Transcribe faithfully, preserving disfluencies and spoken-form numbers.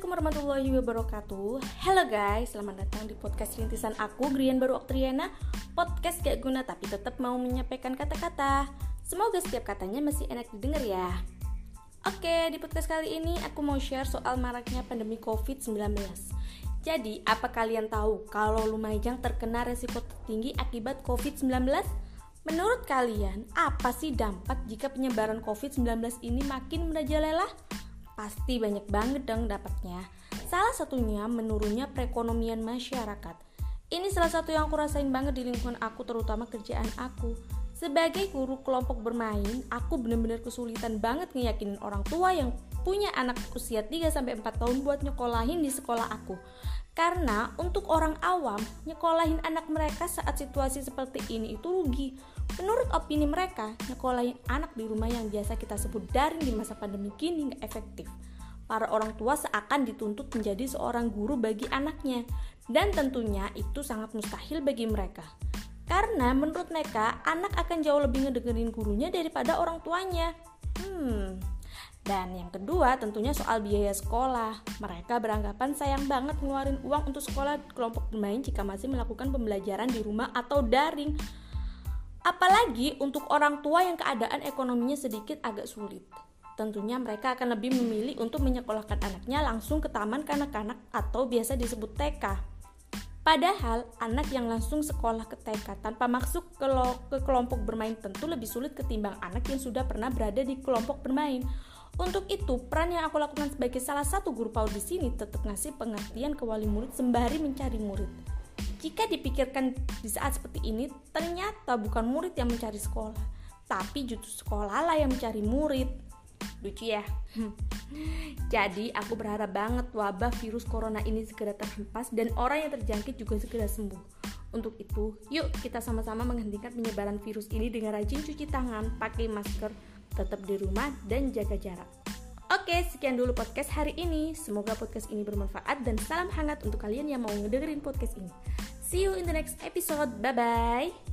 Assalamualaikum warahmatullahi wabarakatuh. Hello guys, selamat datang di podcast rintisan aku, Grian Baru Oktriana. Podcast gak guna tapi tetap mau menyampaikan kata-kata. Semoga setiap katanya masih enak didengar ya. Oke, di podcast kali ini aku mau share soal maraknya pandemi covid sembilan belas. Jadi, apa kalian tahu kalau Lumajang terkena resiko tertinggi akibat covid sembilan belas? Menurut kalian, apa sih dampak jika penyebaran covid sembilan belas ini makin merajalela? Pasti banyak banget dong dampaknya. Salah satunya menurunnya perekonomian masyarakat. Ini salah satu yang aku rasain banget di lingkungan aku, terutama kerjaan aku. Sebagai guru kelompok bermain, aku benar-benar kesulitan banget ngeyakinin orang tua yang punya anak usia tiga sampai empat tahun buat nyekolahin di sekolah aku. Karena untuk orang awam, nyekolahin anak mereka saat situasi seperti ini itu rugi. Menurut opini mereka, nyekolahin anak di rumah yang biasa kita sebut daring di masa pandemi kini gak efektif. Para orang tua seakan dituntut menjadi seorang guru bagi anaknya. Dan tentunya itu sangat mustahil bagi mereka. Karena menurut mereka, anak akan jauh lebih ngedengerin gurunya daripada orang tuanya. Hmm... Dan yang kedua tentunya soal biaya sekolah. Mereka beranggapan sayang banget ngeluarin uang untuk sekolah kelompok bermain jika masih melakukan pembelajaran di rumah atau daring. Apalagi untuk orang tua yang keadaan ekonominya sedikit agak sulit. Tentunya mereka akan lebih memilih untuk menyekolahkan anaknya langsung ke taman kanak-kanak atau biasa disebut T K. Padahal anak yang langsung sekolah ke T K tanpa masuk ke, lo- ke kelompok bermain tentu lebih sulit ketimbang anak yang sudah pernah berada di kelompok bermain. Untuk itu, peran yang aku lakukan sebagai salah satu guru PAUD di sini tetap ngasih pengertian ke wali murid sembari mencari murid. Jika dipikirkan di saat seperti ini, ternyata bukan murid yang mencari sekolah, tapi justru sekolah lah yang mencari murid. Lucu ya? Jadi, aku berharap banget wabah virus corona ini segera terhempas dan orang yang terjangkit juga segera sembuh. Untuk itu, yuk kita sama-sama menghentikan penyebaran virus ini dengan rajin cuci tangan, pakai masker, tetap di rumah, dan jaga jarak. Oke, sekian dulu podcast hari ini. Semoga podcast ini bermanfaat dan salam hangat untuk kalian yang mau ngedengerin podcast ini. See you in the next episode. Bye-bye.